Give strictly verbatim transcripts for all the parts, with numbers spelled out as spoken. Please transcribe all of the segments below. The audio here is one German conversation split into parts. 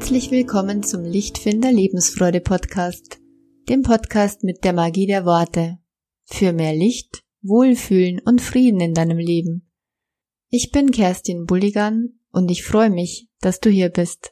Herzlich willkommen zum Lichtfinder Lebensfreude Podcast, dem Podcast mit der Magie der Worte. Für mehr Licht, Wohlfühlen und Frieden in deinem Leben. Ich bin Kerstin Bulligan und ich freue mich, dass du hier bist.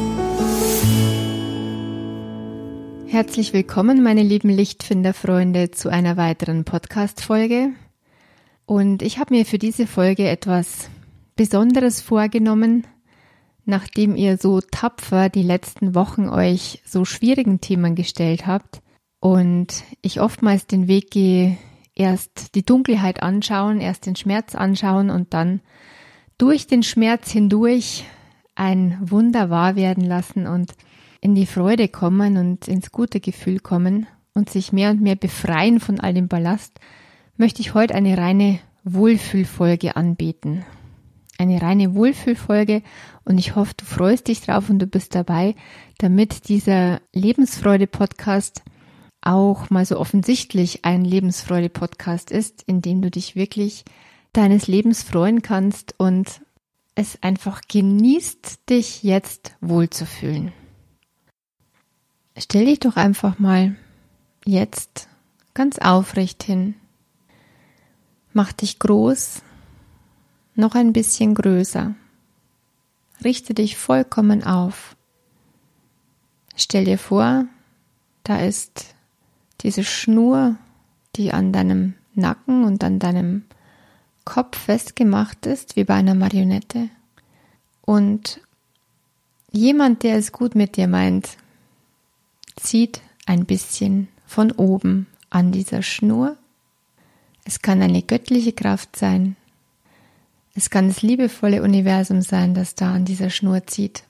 Herzlich willkommen, meine lieben Lichtfinder-Freunde, zu einer weiteren Podcast-Folge. Und ich habe mir für diese Folge etwas Besonderes vorgenommen, nachdem ihr so tapfer die letzten Wochen euch so schwierigen Themen gestellt habt und ich oftmals den Weg gehe, erst die Dunkelheit anschauen, erst den Schmerz anschauen und dann durch den Schmerz hindurch ein Wunder wahr werden lassen und in die Freude kommen und ins gute Gefühl kommen und sich mehr und mehr befreien von all dem Ballast, möchte ich heute eine reine Wohlfühlfolge anbieten. Eine reine Wohlfühlfolge und ich hoffe, du freust dich drauf und du bist dabei, damit dieser Lebensfreude-Podcast auch mal so offensichtlich ein Lebensfreude-Podcast ist, in dem du dich wirklich deines Lebens freuen kannst und es einfach genießt, dich jetzt wohlzufühlen. Stell dich doch einfach mal jetzt ganz aufrecht hin. Mach dich groß, noch ein bisschen größer. Richte dich vollkommen auf. Stell dir vor, da ist diese Schnur, die an deinem Nacken und an deinem Kopf festgemacht ist, wie bei einer Marionette. Und jemand, der es gut mit dir meint, zieht ein bisschen von oben an dieser Schnur. Es kann eine göttliche Kraft sein. Es kann das liebevolle Universum sein, das da an dieser Schnur zieht.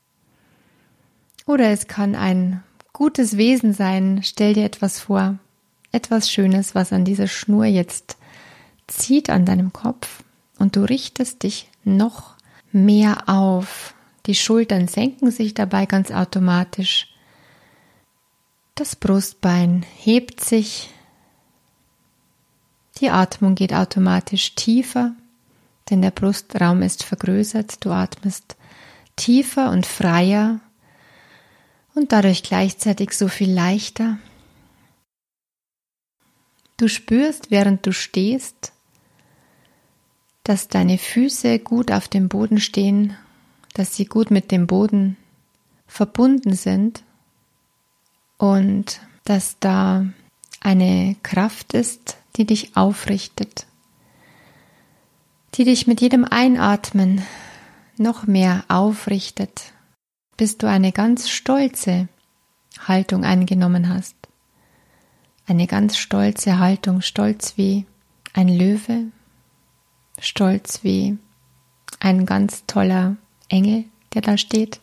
Oder es kann ein gutes Wesen sein. Stell dir etwas vor, etwas Schönes, was an dieser Schnur jetzt zieht an deinem Kopf und du richtest dich noch mehr auf. Die Schultern senken sich dabei ganz automatisch. Das Brustbein hebt sich. Die Atmung geht automatisch tiefer, denn der Brustraum ist vergrößert. Du atmest tiefer und freier und dadurch gleichzeitig so viel leichter. Du spürst, während du stehst, dass deine Füße gut auf dem Boden stehen, dass sie gut mit dem Boden verbunden sind und dass da eine Kraft ist, die dich aufrichtet, die dich mit jedem Einatmen noch mehr aufrichtet, bis du eine ganz stolze Haltung eingenommen hast. Eine ganz stolze Haltung, stolz wie ein Löwe, stolz wie ein ganz toller Engel, der da steht,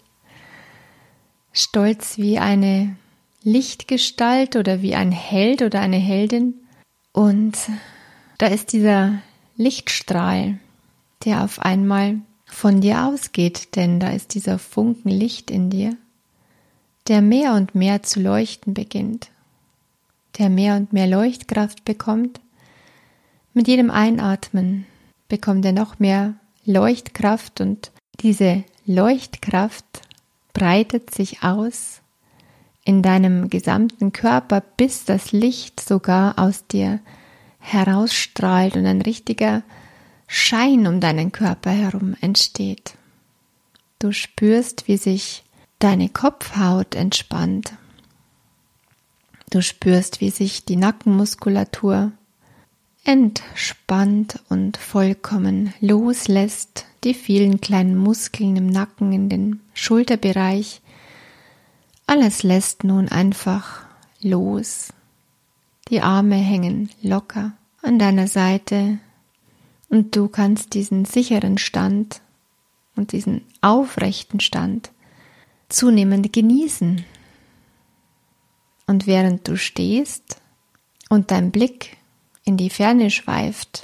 stolz wie eine Lichtgestalt oder wie ein Held oder eine Heldin. Und da ist dieser Lichtstrahl, der auf einmal von dir ausgeht, denn da ist dieser Funken Licht in dir, der mehr und mehr zu leuchten beginnt, der mehr und mehr Leuchtkraft bekommt. Mit jedem Einatmen bekommt er noch mehr Leuchtkraft und diese Leuchtkraft breitet sich aus in deinem gesamten Körper, bis das Licht sogar aus dir herausstrahlt und ein richtiger Schein um deinen Körper herum entsteht. Du spürst, wie sich deine Kopfhaut entspannt. Du spürst, wie sich die Nackenmuskulatur entspannt und vollkommen loslässt. Die vielen kleinen Muskeln im Nacken, in den Schulterbereich. Alles lässt nun einfach los. Die Arme hängen locker an deiner Seite und du kannst diesen sicheren Stand und diesen aufrechten Stand zunehmend genießen. Und während du stehst und dein Blick in die Ferne schweift,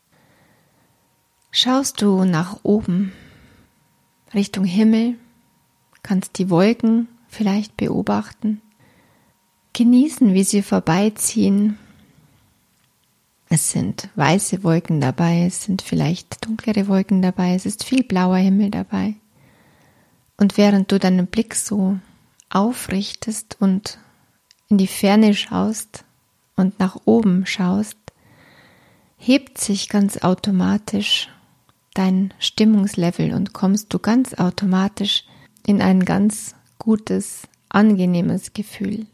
schaust du nach oben, Richtung Himmel, kannst die Wolken vielleicht beobachten, genießen, wie sie vorbeiziehen. Es sind weiße Wolken dabei, es sind vielleicht dunklere Wolken dabei, es ist viel blauer Himmel dabei. Und während du deinen Blick so aufrichtest und in die Ferne schaust und nach oben schaust, hebt sich ganz automatisch dein Stimmungslevel und kommst du ganz automatisch in ein ganz gutes, angenehmes Gefühl.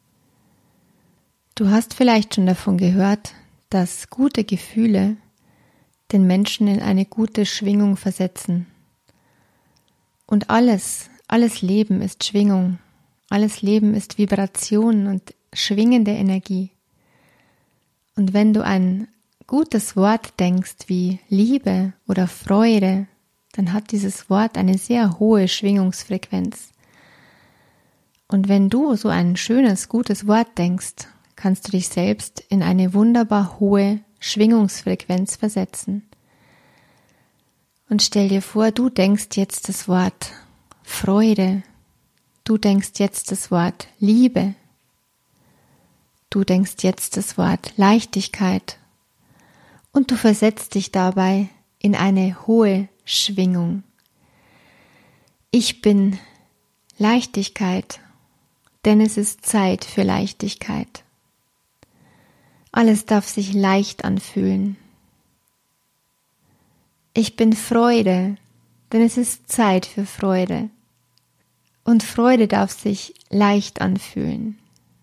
Du hast vielleicht schon davon gehört, dass gute Gefühle den Menschen in eine gute Schwingung versetzen. Und alles, alles Leben ist Schwingung, alles Leben ist Vibration und schwingende Energie. Und wenn du ein gutes Wort denkst wie Liebe oder Freude, dann hat dieses Wort eine sehr hohe Schwingungsfrequenz. Und wenn du so ein schönes, gutes Wort denkst, kannst du dich selbst in eine wunderbar hohe Schwingungsfrequenz versetzen. Und stell dir vor, du denkst jetzt das Wort Freude, du denkst jetzt das Wort Liebe, du denkst jetzt das Wort Leichtigkeit und du versetzt dich dabei in eine hohe Schwingung. Ich bin Leichtigkeit, denn es ist Zeit für Leichtigkeit. Alles darf sich leicht anfühlen. Ich bin Freude, denn es ist Zeit für Freude. Und Freude darf sich leicht anfühlen.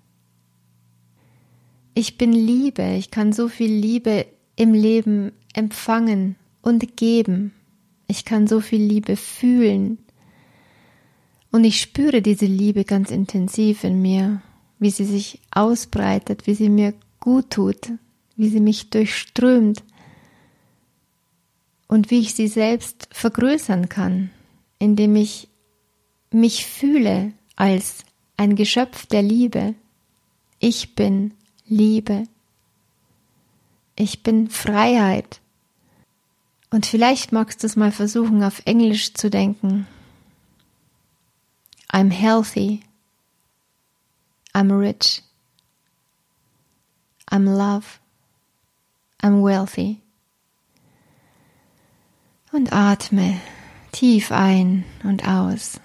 Ich bin Liebe, ich kann so viel Liebe im Leben empfangen und geben. Ich kann so viel Liebe fühlen. Und ich spüre diese Liebe ganz intensiv in mir, wie sie sich ausbreitet, wie sie mir gut tut, wie sie mich durchströmt und wie ich sie selbst vergrößern kann, indem ich mich fühle als ein Geschöpf der Liebe. Ich bin Liebe. Ich bin Freiheit. Und vielleicht magst du es mal versuchen, auf Englisch zu denken. I'm healthy. I'm rich. I'm love. I'm wealthy. Und atme tief ein und aus.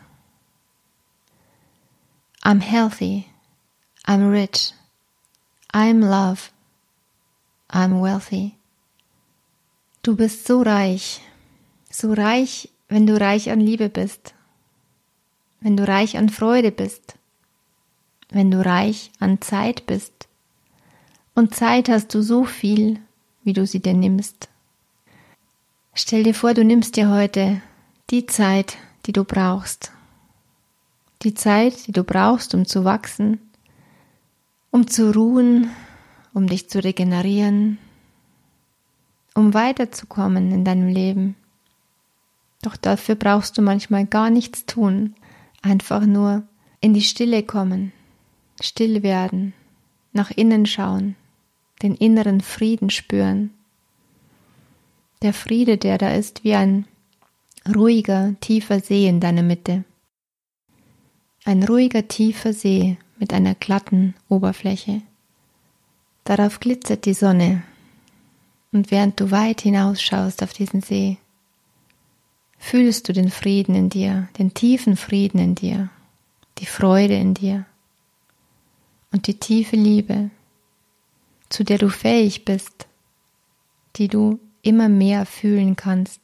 I'm healthy. I'm rich. I'm love. I'm wealthy. Du bist so reich. So reich, wenn du reich an Liebe bist. Wenn du reich an Freude bist. Wenn du reich an Zeit bist. Und Zeit hast du so viel, wie du sie dir nimmst. Stell dir vor, du nimmst dir heute die Zeit, die du brauchst. Die Zeit, die du brauchst, um zu wachsen, um zu ruhen, um dich zu regenerieren, um weiterzukommen in deinem Leben. Doch dafür brauchst du manchmal gar nichts tun, einfach nur in die Stille kommen, still werden, nach innen schauen, den inneren Frieden spüren. Der Friede, der da ist wie ein ruhiger, tiefer See in deiner Mitte. Ein ruhiger, tiefer See mit einer glatten Oberfläche. Darauf glitzert die Sonne. Und während du weit hinausschaust auf diesen See, fühlst du den Frieden in dir, den tiefen Frieden in dir, die Freude in dir und die tiefe Liebe, zu der du fähig bist, die du immer mehr fühlen kannst.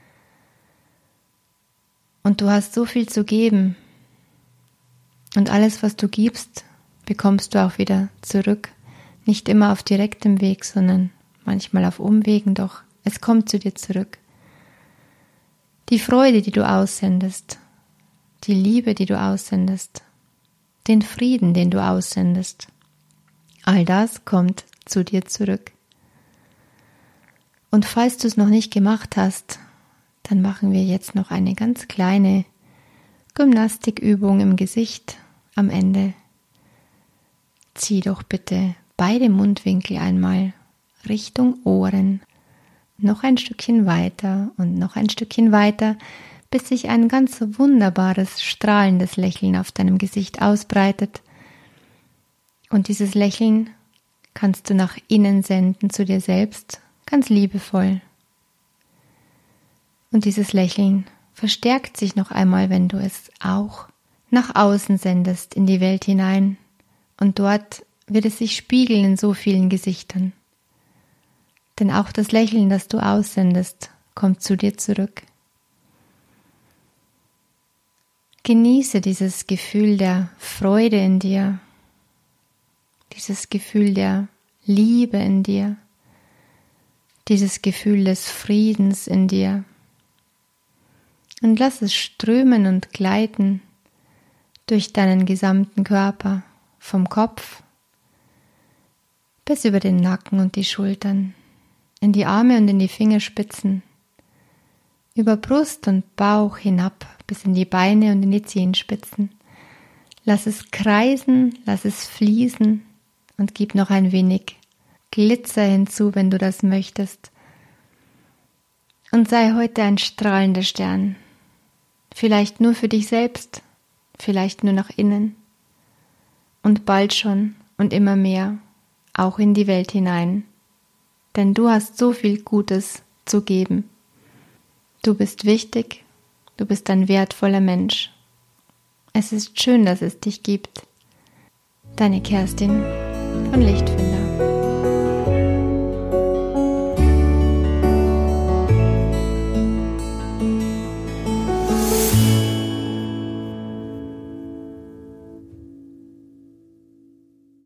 Und du hast so viel zu geben. Und alles, was du gibst, bekommst du auch wieder zurück. Nicht immer auf direktem Weg, sondern manchmal auf Umwegen, doch es kommt zu dir zurück. Die Freude, die du aussendest, die Liebe, die du aussendest, den Frieden, den du aussendest, all das kommt zu dir zurück. Und falls du es noch nicht gemacht hast, dann machen wir jetzt noch eine ganz kleine Gymnastikübung im Gesicht am Ende. Zieh doch bitte beide Mundwinkel einmal Richtung Ohren, noch ein Stückchen weiter und noch ein Stückchen weiter, bis sich ein ganz wunderbares, strahlendes Lächeln auf deinem Gesicht ausbreitet. Und dieses Lächeln kannst du nach innen senden zu dir selbst, ganz liebevoll. Und dieses Lächeln verstärkt sich noch einmal, wenn du es auch nach außen sendest, in die Welt hinein. Und dort wird es sich spiegeln in so vielen Gesichtern. Denn auch das Lächeln, das du aussendest, kommt zu dir zurück. Genieße dieses Gefühl der Freude in dir, dieses Gefühl der Liebe in dir, dieses Gefühl des Friedens in dir. Und lass es strömen und gleiten durch deinen gesamten Körper, vom Kopf bis über den Nacken und die Schultern, in die Arme und in die Fingerspitzen, über Brust und Bauch hinab bis in die Beine und in die Zehenspitzen. Lass es kreisen, lass es fließen und gib noch ein wenig Glitzer hinzu, wenn du das möchtest. Und sei heute ein strahlender Stern. Vielleicht nur für dich selbst, vielleicht nur nach innen. Und bald schon und immer mehr auch in die Welt hinein. Denn du hast so viel Gutes zu geben. Du bist wichtig, du bist ein wertvoller Mensch. Es ist schön, dass es dich gibt. Deine Kerstin von Lichtfinder.